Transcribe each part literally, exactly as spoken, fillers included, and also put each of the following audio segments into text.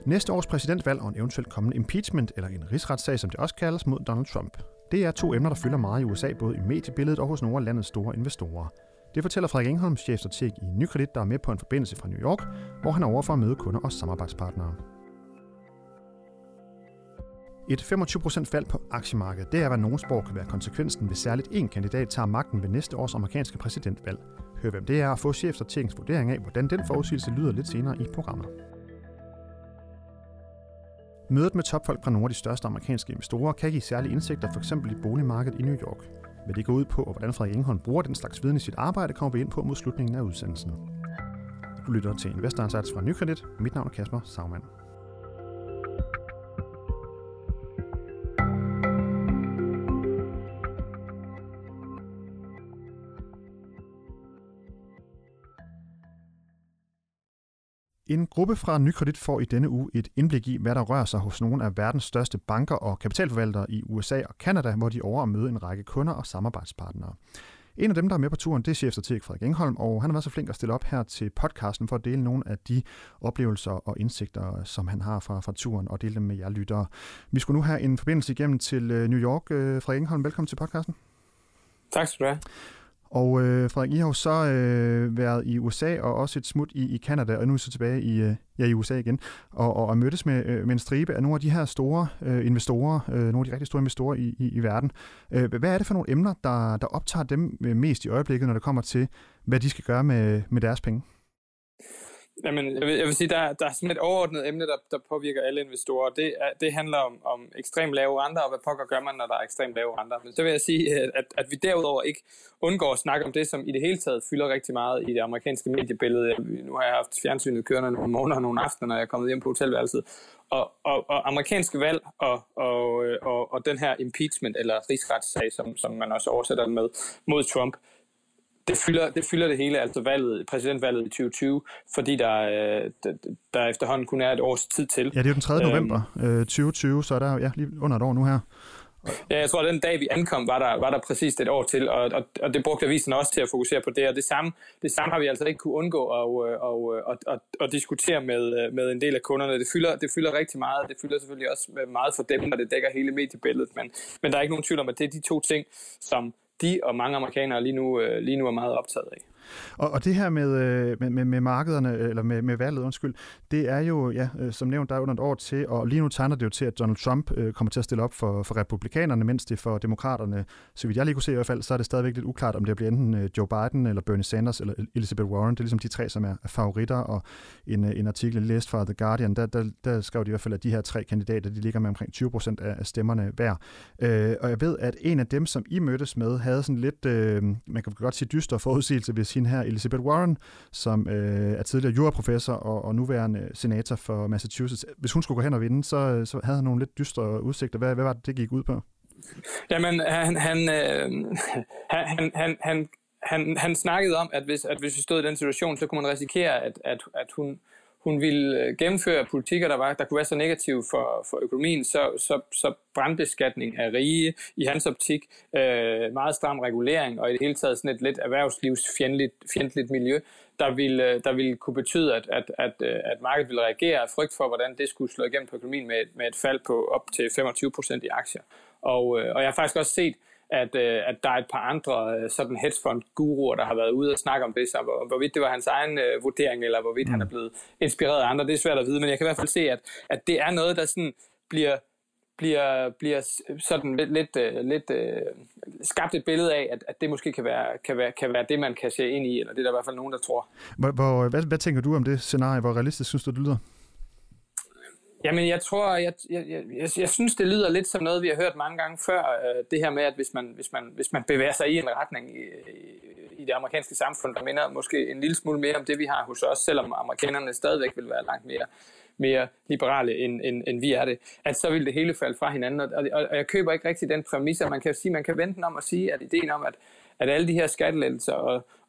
Næste års præsidentvalg og en eventuelt kommende impeachment, eller en rigsretssag, som det også kaldes, mod Donald Trump. Det er to emner, der fylder meget i U S A, både i mediebilledet og hos nogle af landets store investorer. Det fortæller Frederik Engholm, chefstrateg i Nykredit, der er med på en forbindelse fra New York, hvor han er over for at møde kunder og samarbejdspartnere. Et femogtyve procent fald på aktiemarkedet, det er, hvad nogen spår kan være konsekvensen, hvis særligt én kandidat tager magten ved næste års amerikanske præsidentvalg. Hør hvem det er og få chefstrategens vurdering af, hvordan den forudsigelse lyder lidt senere i programmet. Mødet med topfolk fra nogle af de største amerikanske investorer kan give særlige indsigter, f.eks. i boligmarkedet i New York. Hvad det går ud på, og hvordan Frederik Engholm bruger den slags viden i sit arbejde, kommer vi ind på mod slutningen af udsendelsen. Du lytter til Investor Insights fra Nykredit. Mit navn er Kasper Sagmann. En gruppe fra Nykredit får i denne uge et indblik i, hvad der rører sig hos nogle af verdens største banker og kapitalforvaltere i U S A og Canada, hvor de over at møde en række kunder og samarbejdspartnere. En af dem, der er med på turen, det er chefstrateg Frederik Engholm, og han har været så flink at stille op her til podcasten for at dele nogle af de oplevelser og indsigter, som han har fra, fra turen, og dele dem med jer lyttere. Vi skulle nu have en forbindelse igennem til New York. Frederik Engholm, velkommen til podcasten. Tak skal du have. Og øh, Frederik, I har jo så øh, været i U S A og også et smut i, i Canada, og nu er I så tilbage i, øh, ja, i U S A igen, og, og, og mødtes med, øh, med en stribe af nogle af de her store øh, investorer, øh, nogle af de rigtig store investorer i, i, i verden. Øh, hvad er det for nogle emner, der, der optager dem mest i øjeblikket, når det kommer til, hvad de skal gøre med, med deres penge? Jamen, jeg vil, jeg vil sige, der, der er sådan et overordnet emne, der, der påvirker alle investorer. Det, er, det handler om, om ekstremt lave renter, og hvad pokker gør man, når der er ekstremt lave renter. Men så vil jeg sige, at, at vi derudover ikke undgår at snakke om det, som i det hele taget fylder rigtig meget i det amerikanske mediebillede. Nu har jeg haft fjernsynet kørende nogle måneder og nogle aftener, når jeg er kommet hjem på hotelværelset. Og, og, og amerikanske valg og, og, og, og den her impeachment, eller rigsretssag, som, som man også oversætter den med, mod Trump, Det fylder, det fylder det hele, altså valget, præsidentvalget i tyve tyve, fordi der, der, der efterhånden kun er et års tid til. Ja, det er jo den tredje november øhm, tyve tyve, så er der ja, lige under et år nu her. Ja, jeg tror, at den dag, vi ankom, var der, var der præcis et år til, og, og, og det brugte avisen også til at fokusere på det, og det samme, det samme har vi altså ikke kunne undgå at, at, at, at, at diskutere med, med en del af kunderne. Det fylder, det fylder rigtig meget, det fylder selvfølgelig også meget for dem, når det dækker hele mediebilledet, men, men der er ikke nogen tvivl om, at det er de to ting, som de og mange amerikanere lige nu, lige nu er meget optaget af. Og, og det her med, med, med, med markederne, eller med, med valget, undskyld, det er jo, ja, som nævnt, der er under et år til, og lige nu tegner det jo til, at Donald Trump øh, kommer til at stille op for, for republikanerne, mens det for demokraterne, så vidt jeg lige kunne se i hvert fald, så er det stadigvæk lidt uklart, om det bliver enten Joe Biden, eller Bernie Sanders, eller Elizabeth Warren. Det er ligesom de tre, som er favoritter, og en, en artikel, jeg læste fra The Guardian, der, der, der skrev de i hvert fald, at de her tre kandidater, de ligger med omkring tyve procent af stemmerne hver. Øh, og jeg ved, at en af dem, som I mødtes med, havde sådan lidt, øh, man kan godt sige dyster forudsigelse ved sin her Elizabeth Warren, som øh, er tidligere juraprofessor og, og nuværende senator for Massachusetts. Hvis hun skulle gå hen og vinde, så, så havde han nogle lidt dystre udsigter. Hvad, hvad var det, det gik ud på? Jamen, han, han, øh, han, han, han, han, han snakkede om, at hvis, at hvis vi stod i den situation, så kunne man risikere, at, at, at hun, hun ville gennemføre politikker, der, var, der kunne være så negative for, for økonomien, så, så, så brandbeskatning af rige i hans optik, øh, meget stram regulering og i det hele taget sådan et lidt erhvervslivsfjendtligt fjendtligt miljø, der ville, der ville kunne betyde, at, at, at, at markedet ville reagere af frygt for, hvordan det skulle slå igennem på økonomien med, med et fald på op til femogtyve procent i aktier. Og, og jeg har faktisk også set, At, at der er et par andre sådan hedgefond-guruer, der har været ude og snakke om det, så hvor, hvorvidt det var hans egen uh, vurdering, eller hvorvidt mm. han er blevet inspireret af andre, det er svært at vide, men jeg kan i hvert fald se, at, at det er noget, der sådan bliver, bliver, bliver sådan lidt, lidt, lidt uh, skabt et billede af, at, at det måske kan være, kan, være, kan være det, man kan se ind i, eller det er der i hvert fald nogen, der tror. Hvor, hvor, hvad, hvad tænker du om det scenarie? Hvor realistisk synes du, det lyder? Jamen, jeg tror, jeg, jeg, jeg, jeg synes, det lyder lidt som noget, vi har hørt mange gange før. Øh, det her med, at hvis man, hvis man, hvis man bevæger sig i en retning i, i, i det amerikanske samfund, der minder måske en lille smule mere om det, vi har hos os, selvom amerikanerne stadigvæk vil være langt mere, mere liberale, end, end, end vi er det, at så vil det hele falde fra hinanden. Og, og, og jeg køber ikke rigtig den præmis, at man kan sige, man kan vente om at sige, at ideen om, at at alle de her skattelettelser og,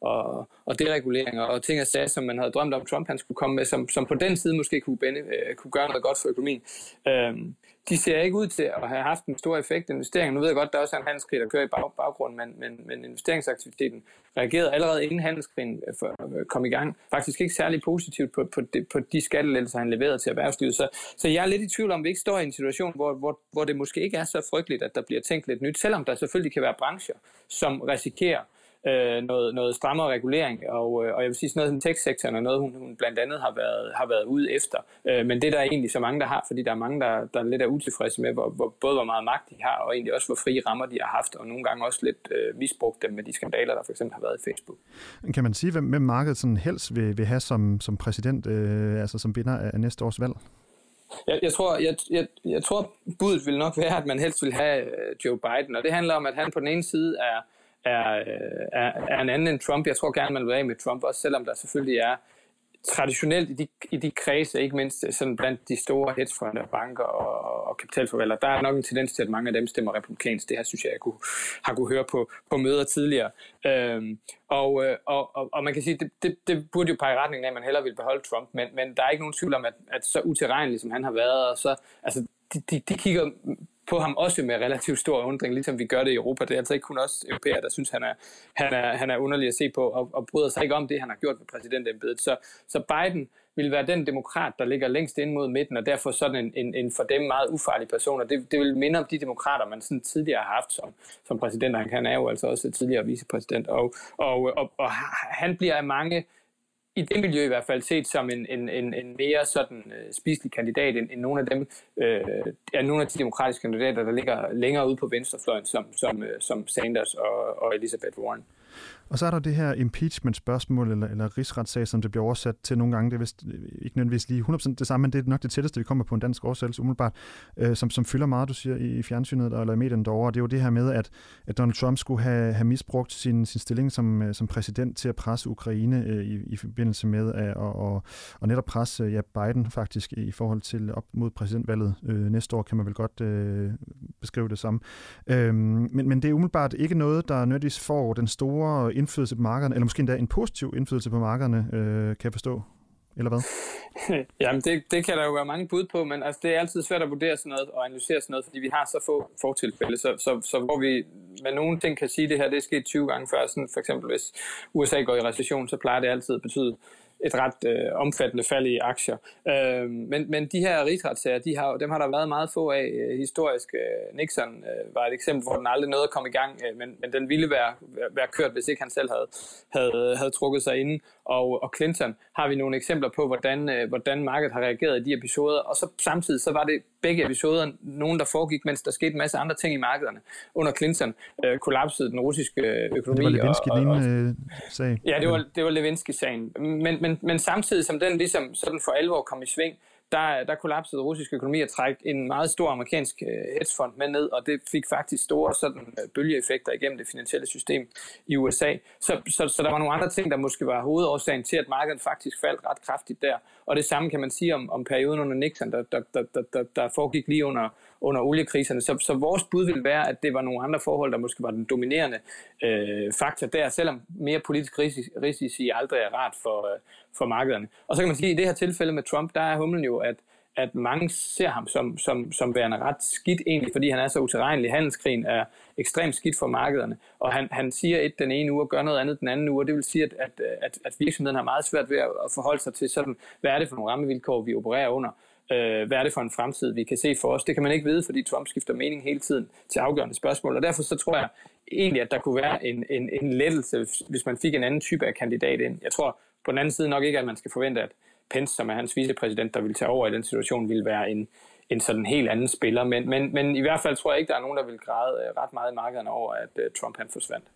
og, og dereguleringer og ting og sager, som man havde drømt om, Trump han skulle komme med, som, som på den side måske kunne, bene, øh, kunne gøre noget godt for økonomien. Øhm, de ser ikke ud til at have haft en stor effekt. Investeringer, nu ved jeg godt, der er også en handelskrig, der kører i bag, baggrunden, men, men, men investeringsaktiviteten reagerede allerede inden handelskrigen kom i gang. Faktisk ikke særlig positivt på, på, de, på de skattelettelser, han leverede til erhvervslivet. Så, så jeg er lidt i tvivl om, vi ikke står i en situation, hvor, hvor, hvor det måske ikke er så frygteligt, at der bliver tænkt lidt nyt, selvom der selvfølgelig kan være brancher, som risikerer øh, noget, noget strammere regulering, og, og jeg vil sige sådan noget som tech-sektoren er noget, hun, hun blandt andet har været, har været ude efter. Øh, men det der er egentlig så mange, der har, fordi der er mange, der, der lidt er utilfredse med, hvor, hvor, både hvor meget magt de har, og egentlig også hvor frie rammer de har haft, og nogle gange også lidt øh, misbrugt dem med de skandaler, der for eksempel har været i Facebook. Kan man sige, hvem markedet sådan helst vil, vil have som, som præsident, øh, altså som vinder af næste års valg? Jeg, jeg, tror, jeg, jeg, jeg tror, budet vil nok være, at man helst vil have Joe Biden, og det handler om, at han på den ene side er Er, er, er en anden end Trump. Jeg tror gerne, man vil af med Trump, også selvom der selvfølgelig er traditionelt i de, i de kredse, ikke mindst sådan blandt de store hedgefonde, banker og, og kapitalforvaltere, der er nok en tendens til, at mange af dem stemmer republikansk. Det her synes jeg, jeg kunne, har kunne høre på, på møder tidligere. Øhm, og, og, og, og man kan sige, det, det, det burde jo pege i retning af, at man hellere vil beholde Trump, men, men der er ikke nogen tvivl om, at, at så utilregnelig, som han har været, og så, altså, de, de, de kigger på ham også med relativt stor undring, ligesom vi gør det i Europa. Det er altså ikke kun os europæere, der synes, han er, han er, han er underlig at se på, og, og bryder sig ikke om det, han har gjort ved præsidentembedet. Så, så Biden vil være den demokrat, der ligger længst ind mod midten, og derfor sådan en, en, en for dem meget ufarlig person. Og det, det vil minde om de demokrater, man sådan tidligere har haft som, som præsident. Han er jo altså også tidligere vicepræsident. Og, og, og, og han bliver af mange, i det miljø i hvert fald, set som en, en, en, en mere sådan uh, spiselig kandidat end, end nogle af dem, øh, er nogle af de demokratiske kandidater, der ligger længere ude på venstrefløjen, som, som, uh, som Sanders og, og Elizabeth Warren. Og så er der det her impeachment-spørgsmål, eller, eller rigsretssag, som det bliver oversat til nogle gange. Det er vist ikke nødvendigvis lige hundrede procent det samme, men det er nok det tætteste, vi kommer på en dansk oversættelse umiddelbart, øh, som, som fylder meget, du siger, i fjernsynet eller i medierne derovre. Det er jo det her med, at, at Donald Trump skulle have, have misbrugt sin, sin stilling som, som præsident til at presse Ukraine øh, i, i forbindelse med at og, og, og netop presse ja, Biden faktisk i forhold til op mod præsidentvalget øh, næste år, kan man vel godt øh, beskrive det samme. Øh, men, men det er umiddelbart ikke noget, der nødvendigvis får den store indflydelse på markederne, eller måske endda en positiv indflydelse på markederne, øh, kan jeg forstå, eller hvad? Jamen, det, det kan der jo være mange bud på, men altså, det er altid svært at vurdere sådan noget og analysere sådan noget, fordi vi har så få fortilfælde, så, så, så hvor vi med nogle ting kan sige, det her det er sket tyve gange før, sådan for eksempel hvis U S A går i recession, så plejer det altid at betyde et ret øh, omfattende fald i aktier. Øh, men, men de her rigsretssager, de har, dem har der været meget få af øh, historisk. Øh, Nixon øh, var et eksempel, hvor den aldrig nåede at komme i gang, øh, men, men den ville være, være kørt, hvis ikke han selv havde, havde, havde trukket sig inde. Og, og Clinton har vi nogle eksempler på, hvordan, øh, hvordan markedet har reageret i de episoder, og så samtidig så var det begge episoder, nogen der foregik, mens der skete en masse andre ting i markederne. Under Clinton øh, kollapsede den russiske økonomi. Det var Lewinsky, den ene sag. Ja, det var, det var Lewinsky-sagen. Men, men, men samtidig som den ligesom sådan for alvor kom i sving, der, der kollapsede russisk økonomi og træk en meget stor amerikansk hedgefond med ned, og det fik faktisk store sådan bølgeeffekter igennem det finansielle system i U S A. Så, så, så der var nogle andre ting, der måske var hovedårsagen til, at markedet faktisk faldt ret kraftigt der. Og det samme kan man sige om, om perioden under Nixon, der, der, der, der, der foregik lige under, under oliekriserne. Så, så vores bud ville være, at det var nogle andre forhold, der måske var den dominerende øh, faktor der, selvom mere politisk risici, risici aldrig er rart for, øh, for markederne. Og så kan man sige, at i det her tilfælde med Trump, der er humlen jo, at, at mange ser ham som, som, som værende ret skidt egentlig, fordi han er så utilregnelig. Handelskrigen er ekstremt skidt for markederne, og han, han siger et den ene uge og gør noget andet den anden uge, og det vil sige, at, at, at, at virksomheden har meget svært ved at forholde sig til sådan, hvad er det for nogle rammevilkår, vi opererer under. Hvad er det for en fremtid, vi kan se for os? Det kan man ikke vide, fordi Trump skifter mening hele tiden til afgørende spørgsmål, og derfor så tror jeg egentlig, at der kunne være en, en, en lettelse, hvis man fik en anden type af kandidat ind. Jeg tror på den anden side nok ikke, at man skal forvente, at Pence, som er hans vicepræsident, der vil tage over i den situation, vil være en, en sådan helt anden spiller, men, men, men i hvert fald tror jeg ikke, der er nogen, der vil græde ret meget i markederne over, at Trump han forsvandt.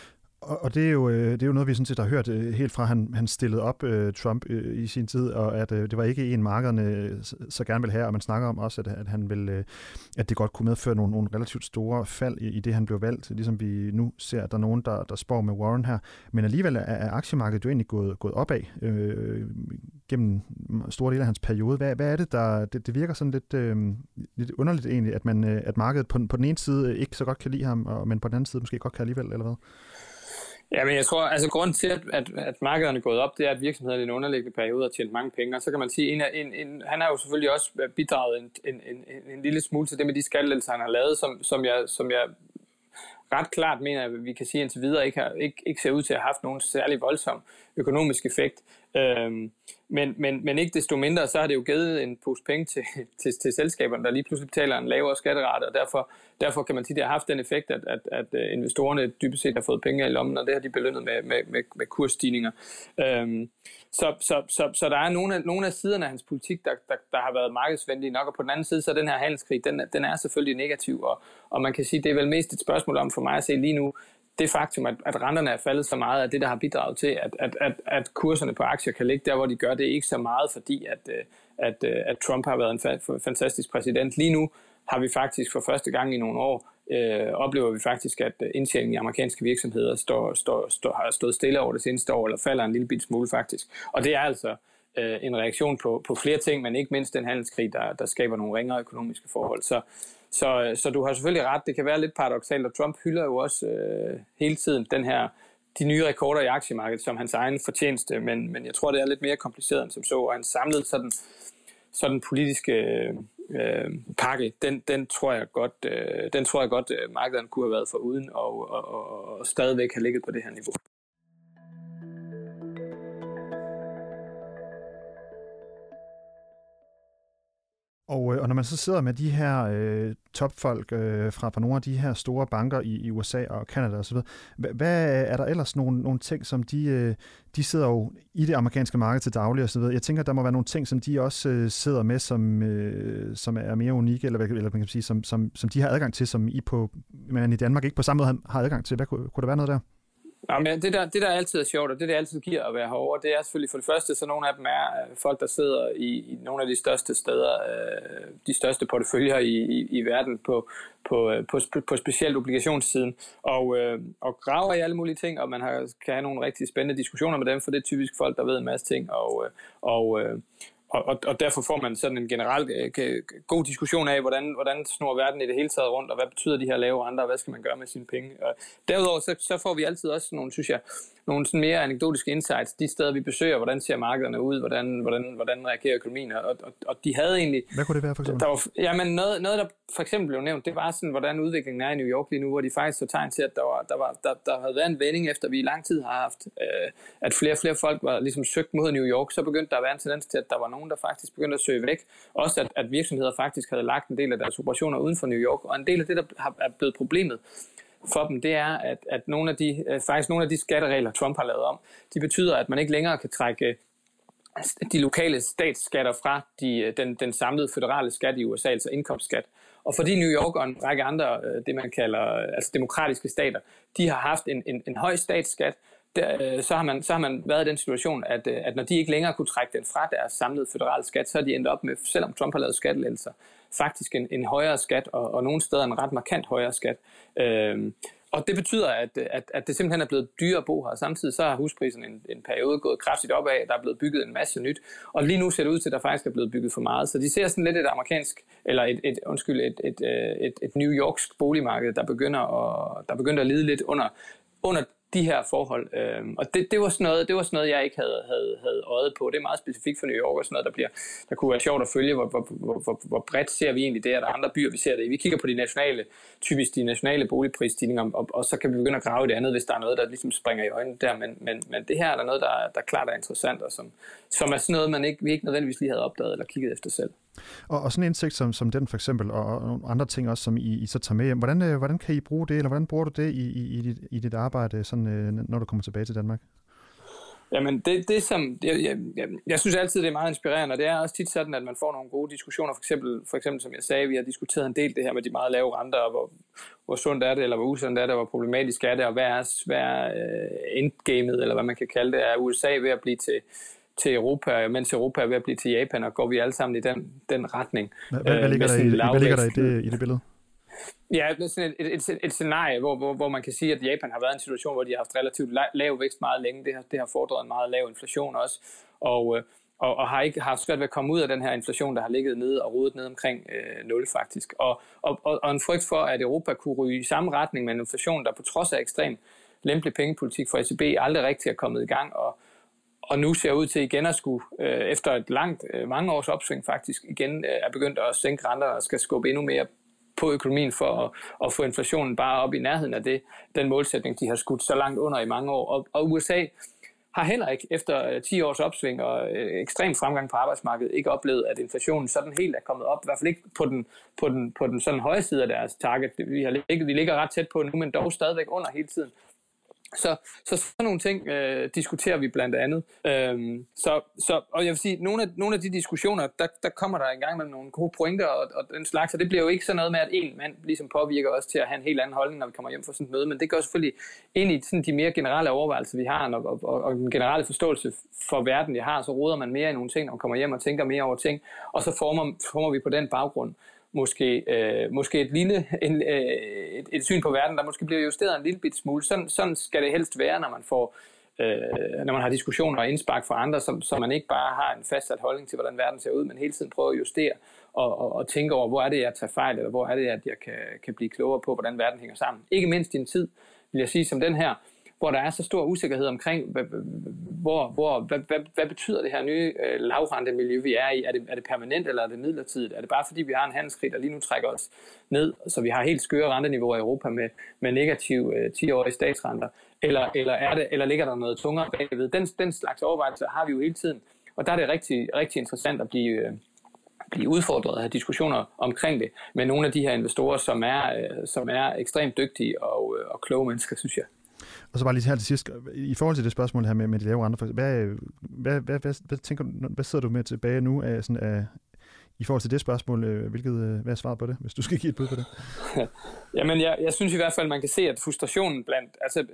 Og det er, jo, det er jo noget, vi sådan set har hørt helt fra, han, han stillede op, Trump, i sin tid, og at det var ikke en, markederne så gerne vil have, og man snakker om også, at, at, han vil, at det godt kunne medføre nogle, nogle relativt store fald i, i det, han blev valgt, ligesom vi nu ser, at der er nogen, der, der spår med Warren her. Men alligevel er, er aktiemarkedet jo egentlig gået, gået opad øh, gennem store dele af hans periode. Hvad, hvad er det, der det, det virker sådan lidt, øh, lidt underligt egentlig, at, man, at markedet på, på den ene side ikke så godt kan lide ham, og, men på den anden side måske godt kan alligevel, eller hvad? Ja, men jeg tror, altså grunden til, at, at, at markederne er gået op, det er, at virksomhederne i en underliggende periode har tjent mange penge, og så kan man sige, en, en, en, han har jo selvfølgelig også bidraget en, en, en, en lille smule til det med de skattelettelser, han har lavet, som, som, jeg, som jeg ret klart mener, at vi kan sige indtil videre, ikke, har, ikke, ikke ser ud til at have haft nogen særlig voldsom økonomisk effekt. Øhm, men, men, men ikke desto mindre, så har det jo givet en pose penge til, til, til selskaberne, der lige pludselig betaler en lavere skatterate, og derfor, derfor kan man sige, at det har haft den effekt, at, at, at investorerne dybest set har fået penge i lommen, og det har de belønnet med, med, med, med kursstigninger. Øhm, så, så, så, så der er nogle af, nogle af siderne af hans politik, der, der, der har været markedsvenlige nok, og på den anden side, så den her handelskrig, den, den er selvfølgelig negativ, og, og man kan sige, det er vel mest et spørgsmål om for mig at se lige nu, det faktum, at, at renterne er faldet så meget, at det, der har bidraget til, at, at, at, at kurserne på aktier kan ligge der, hvor de gør, det ikke så meget, fordi at, at, at Trump har været en fa- fantastisk præsident. Lige nu har vi faktisk for første gang i nogle år, øh, oplever vi faktisk, at indtjeningen i amerikanske virksomheder står, står, står, har stået stille over det seneste år, eller falder en lille bit smule faktisk. Og det er altså øh, en reaktion på, på flere ting, men ikke mindst den handelskrig, der, der skaber nogle ringere økonomiske forhold. Så Så, så du har selvfølgelig ret. Det kan være lidt paradoksalt, og Trump hylder jo også øh, hele tiden den her, de nye rekorder i aktiemarkedet som hans egen fortjeneste, men, men jeg tror, det er lidt mere kompliceret end som så, og han samlede sådan, sådan politiske øh, pakke, den, den tror jeg godt, øh, den tror jeg godt markedet kunne have været foruden, og, og, og, og stadigvæk have ligget på det her niveau. Og, og når man så sidder med de her øh, topfolk øh, fra, fra nogle af de her store banker i, i U S A og Canada osv., hvad, hvad er der ellers nogle, nogle ting, som de, øh, de sidder jo i det amerikanske marked til daglig osv.? Jeg tænker, der må være nogle ting, som de også øh, sidder med, som, øh, som er mere unikke, eller, eller man kan sige, som, som, som de har adgang til, som I, på, man i Danmark ikke på samme måde har adgang til. Hvad kunne, kunne der være noget der? Ja, men det, der, det, der altid er sjovt, og det, der altid giver at være herovre, det er selvfølgelig for det første, så nogle af dem er folk, der sidder i, i nogle af de største steder, øh, de største porteføljer i, i, i verden på, på, på, på specielt obligationssiden, og, øh, og graver i alle mulige ting, og man har, kan have nogle rigtig spændende diskussioner med dem, for det er typisk folk, der ved en masse ting, og, og øh, Og, og derfor får man sådan en generelt øh, god diskussion af, hvordan, hvordan snor verden i det hele taget rundt, og hvad betyder de her lave renter, og hvad skal man gøre med sine penge. Og derudover så, så får vi altid også nogle, synes jeg, nogle sådan mere anekdotiske insights, de steder vi besøger, hvordan ser markederne ud, hvordan, hvordan, hvordan reagerer økonomien, og, og, og de havde egentlig... Hvad kunne det være for eksempel? Der var, jamen noget, noget, der for eksempel blev nævnt, det var sådan, hvordan udviklingen er i New York lige nu, hvor de faktisk så tegn til, at der, var, der, var, der, der havde været en vending, efter vi i lang tid har haft, øh, at flere og flere folk var ligesom søgt mod New York, så begyndte der at være en tendens til, at der var nogen, der faktisk begyndte at søge væk. Også at, at virksomheder faktisk havde lagt en del af deres operationer uden for New York, og en del af det, der er blevet problemet for dem, det er, at, at nogle af de, faktisk nogle af de skatteregler, Trump har lavet om, de betyder, at man ikke længere kan trække de lokale statsskatter fra de, den, den samlede føderale skat i U S A, altså indkomstskat. Og fordi New York og en række andre, det man kalder altså demokratiske stater, de har haft en, en, en høj statsskat, der, så, har man, så har man været i den situation, at, at når de ikke længere kunne trække den fra deres samlede føderale skat, så er de endt op med, selvom Trump har lavet skattelettelser, faktisk en, en højere skat, og, og nogle steder en ret markant højere skat. Øhm, og det betyder, at, at, at det simpelthen er blevet dyrere at bo her. Samtidig så har huspriserne en, en periode gået kraftigt opad, der er blevet bygget en masse nyt, og lige nu ser det ud til, at der faktisk er blevet bygget for meget. Så de ser sådan lidt et amerikansk, eller et, et, undskyld, et, et, et, et New Yorksk boligmarked, der begynder at, der begynder at lide lidt under, under de her forhold. Øhm, og det, det, var sådan noget, det var sådan noget, jeg ikke havde, havde, havde øjet på. Det er meget specifikt for New York og sådan noget, der, bliver, der kunne være sjovt at følge. Hvor, hvor, hvor, hvor, hvor bredt ser vi egentlig det, er der andre byer, vi ser det i. Vi kigger på de nationale, typisk de nationale boligprisstigninger, og, og så kan vi begynde at grave i det andet, hvis der er noget, der ligesom springer i øjnene der. Men, men, men det her er der noget, der, der klart er interessant, og som, som er sådan noget, man ikke, vi ikke nødvendigvis lige havde opdaget eller kigget efter selv. Og, og sådan en indsigt som, som den for eksempel, og, og andre ting også, som I, I så tager med hjem. Hvordan, øh, hvordan kan I bruge det, eller hvordan bruger du det i, i, i, dit, i dit arbejde, sådan, øh, når du kommer tilbage til Danmark? Jamen, det, det som, jeg, jeg, jeg, jeg synes altid, det er meget inspirerende, og det er også tit sådan, at man får nogle gode diskussioner. For eksempel, for eksempel som jeg sagde, vi har diskuteret en del det her med de meget lave renter, og hvor, hvor sundt er det, eller hvor usundt er det, og hvor problematisk er det, og hvad er, hvad er uh, endgamet, eller hvad man kan kalde det, er U S A ved at blive til til Europa, mens Europa er ved at blive til Japan, og går vi alle sammen i den, den retning. Hvad, hvad, ligger, der i, hvad ligger der i det, i det billede? Ja, det er sådan et, et, et, et scenarie, hvor, hvor, hvor man kan sige, at Japan har været i en situation, hvor de har haft relativt lav vækst meget længe. Det har, det har fordret en meget lav inflation også, og, og, og har ikke haft svært ved at komme ud af den her inflation, der har ligget nede og rodet ned omkring øh, nul faktisk. Og, og, og en frygt for, at Europa kunne ryge i samme retning med en inflation, der på trods af ekstrem lempelig pengepolitik fra E C B aldrig rigtig er kommet i gang, og, og nu ser ud til igen at skulle, øh, efter et langt, øh, mange års opsving faktisk, igen øh, er begyndt at sænke renter og skal skubbe endnu mere på økonomien for at, at få inflationen bare op i nærheden af det, den målsætning, de har skudt så langt under i mange år. Og, og U S A har heller ikke efter ti års opsving og øh, ekstrem fremgang på arbejdsmarkedet ikke oplevet, at inflationen sådan helt er kommet op, i hvert fald ikke på den, på den, på den sådan høje side af deres target. Vi, har ligget, vi ligger ret tæt på nu, men dog stadigvæk under hele tiden. Så, så sådan nogle ting øh, diskuterer vi blandt andet. Øhm, så, så, og jeg vil sige, nogle af, nogle af de diskussioner, der, der kommer der engang med nogle gode pointer og, og den slags, og det bliver jo ikke sådan noget med, at en mand ligesom påvirker os til at have en helt anden holdning, når vi kommer hjem fra sådan et møde, men det går selvfølgelig ind i sådan de mere generelle overvejelser, vi har, og, og, og den generelle forståelse for verden, jeg har, så roder man mere i nogle ting, og kommer hjem og tænker mere over ting, og så former, former vi på den baggrund måske, øh, måske et lille en, øh, et, et syn på verden, der måske bliver justeret en lille bit smule. Sådan, sådan skal det helst være, når man får øh, når man har diskussioner og indspark fra andre, så, så man ikke bare har en fastsat holdning til, hvordan verden ser ud, men hele tiden prøver at justere og, og, og tænke over, hvor er det, jeg tager fejl, eller hvor er det, at jeg kan, kan blive klogere på, hvordan verden hænger sammen. Ikke mindst i en tid, vil jeg sige, som den her, hvor der er så stor usikkerhed omkring, hvor, hvor, hvad, hvad, hvad betyder det her nye øh, lavrentemiljø, vi er i? Er det, er det permanent, eller er det midlertidigt? Er det bare fordi, vi har en handelskrig, der lige nu trækker os ned, så vi har helt skøre renteniveauer i Europa med, med negative øh, ti-årige statsrenter? Eller, eller, er det, eller ligger der noget tungere bagved? Den, den slags overvejelser har vi jo hele tiden, og der er det rigtig, rigtig interessant at blive... Øh, blive udfordret af have diskussioner omkring det med nogle af de her investorer, som er, øh, som er ekstremt dygtige og, øh, og kloge mennesker, synes jeg. Og så bare lige her til sidst, i forhold til det spørgsmål her med, med de lave renter, hvad, hvad, hvad, hvad, hvad, tænker du, hvad sidder du med tilbage nu af, sådan, af, i forhold til det spørgsmål, hvilket, hvad er svaret på det, hvis du skal give et bud på det? Jamen, jeg, jeg synes i hvert fald, man kan se, at frustrationen blandt, altså,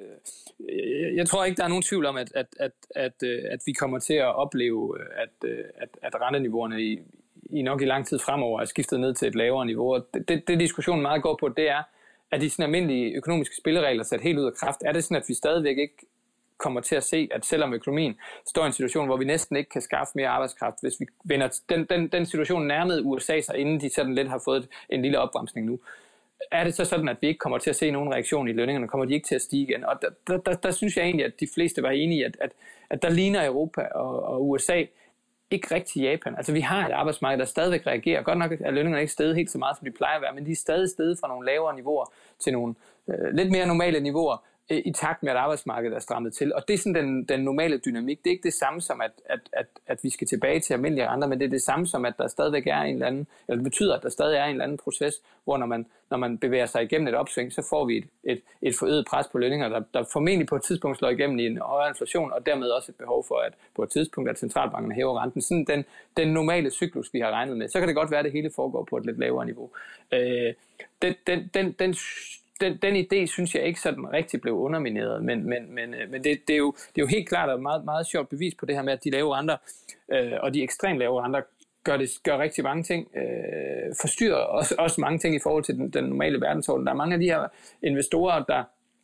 jeg, jeg tror ikke, der er nogen tvivl om, at, at, at, at, at vi kommer til at opleve, at, at, at renteniveauerne i, i nok i lang tid fremover er skiftet ned til et lavere niveau. Og det, det, det diskussionen meget går på, det er, at de sådan almindelige økonomiske spilleregler sat helt ud af kraft. Er det sådan, at vi stadigvæk ikke kommer til at se, at selvom økonomien står i en situation, hvor vi næsten ikke kan skaffe mere arbejdskraft, hvis vi vender den, den, den situation nærmede U S A sig, inden de sådan lidt har fået en lille opbremsning nu, er det så sådan, at vi ikke kommer til at se nogen reaktion i lønningerne, kommer de ikke til at stige igen? Og der, der, der, der synes jeg egentlig, at de fleste var enige i, at, at, at der ligner Europa og, og U S A ikke rigtig Japan. Altså vi har et arbejdsmarked, der stadigvæk reagerer. Godt nok er lønningerne ikke steget helt så meget, som de plejer at være, men de er stadig steget fra nogle lavere niveauer til nogle øh, lidt mere normale niveauer øh, i takt med, at arbejdsmarkedet er strammet til. Og det er sådan den, den normale dynamik. Det er ikke det samme som, at, at, at, at vi skal tilbage til almindelige renter, men det er det samme som, at der stadigvæk er en eller anden, eller det betyder, at der stadig er en eller anden proces, hvor når man, når man bevæger sig igennem et opsving, så får vi et, et, et forøget pres på lønninger, der, der formentlig på et tidspunkt slår igennem i en højere inflation, og dermed også et behov for, at på et tidspunkt, at centralbankerne hæver renten. Sådan den, den normale cyklus, vi har regnet med. Så kan det godt være, at det hele foregår på et lidt lavere niveau. Øh, den, den, den, den Den, den idé synes jeg ikke sådan rigtig blev undermineret, men, men, men, men det, det, er jo, det er jo helt klart et meget, meget sjovt bevis på det her med, at de lave renter øh, og de ekstremt lave renter gør, det, gør rigtig mange ting, øh, forstyrrer også, også mange ting i forhold til den, den normale verdensorden. Der er mange af de her investorer, der,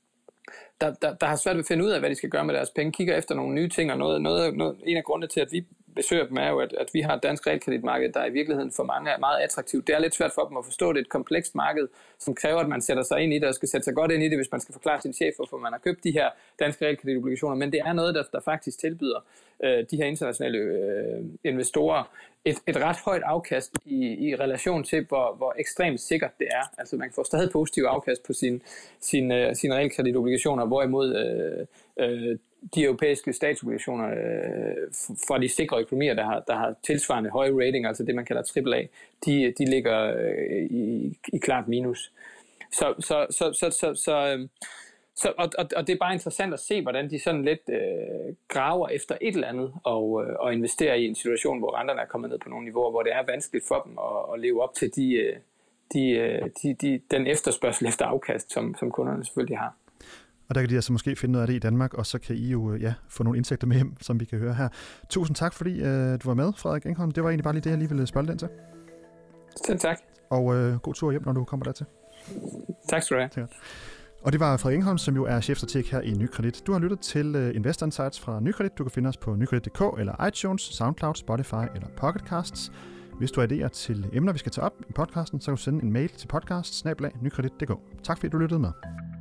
der, der, der har svært ved at finde ud af, hvad de skal gøre med deres penge, kigger efter nogle nye ting, og noget, noget, noget, en af grundene til, at vi besøger dem, er jo, at, at vi har et dansk realkreditmarked, der i virkeligheden for mange er meget attraktivt. Det er lidt svært for dem at forstå, det er et komplekst marked, som kræver, at man sætter sig ind i det, og skal sætte sig godt ind i det, hvis man skal forklare sin chef, hvorfor man har købt de her danske realkreditobligationer. Men det er noget, der, der faktisk tilbyder øh, de her internationale øh, investorer et, et ret højt afkast i, i relation til, hvor, hvor ekstremt sikkert det er. Altså man får stadig positiv afkast på sine sin, øh, sin realkreditobligationer, hvorimod øh, øh, de europæiske statsobligationer øh, fra de sikre økonomier, der har, der har tilsvarende høje rating, altså det man kalder triple A, de, de ligger øh, i, i klart minus. Så, så, så, så, så, så, øh, så og, og det er bare interessant at se, hvordan de sådan lidt øh, graver efter et eller andet og, øh, og investerer i en situation, hvor renterne er kommet ned på nogle niveauer, hvor det er vanskeligt for dem at, at leve op til de, de, de, de, den efterspørgsel efter afkast, som, som kunderne selvfølgelig har. Og der kan de altså måske finde noget af det i Danmark, og så kan I jo ja, få nogle indtægter med hjem, som vi kan høre her. Tusind tak, fordi øh, du var med, Frederik Engholm. Det var egentlig bare lige det, jeg lige ville spørge dig til. Selv tak. Og øh, god tur hjem, når du kommer dertil. Tak skal du have. Tak. Og det var Frederik Engholm, som jo er chefstrateg her i Nykredit. Du har lyttet til uh, Investor Insights fra Nykredit. Du kan finde os på nykredit punktum d k eller iTunes, SoundCloud, Spotify eller Pocket Casts. Hvis du har idéer til emner, vi skal tage op i podcasten, så kan du sende en mail til podcast snabel-a nykredit punktum d k. Tak fordi du lyttede med.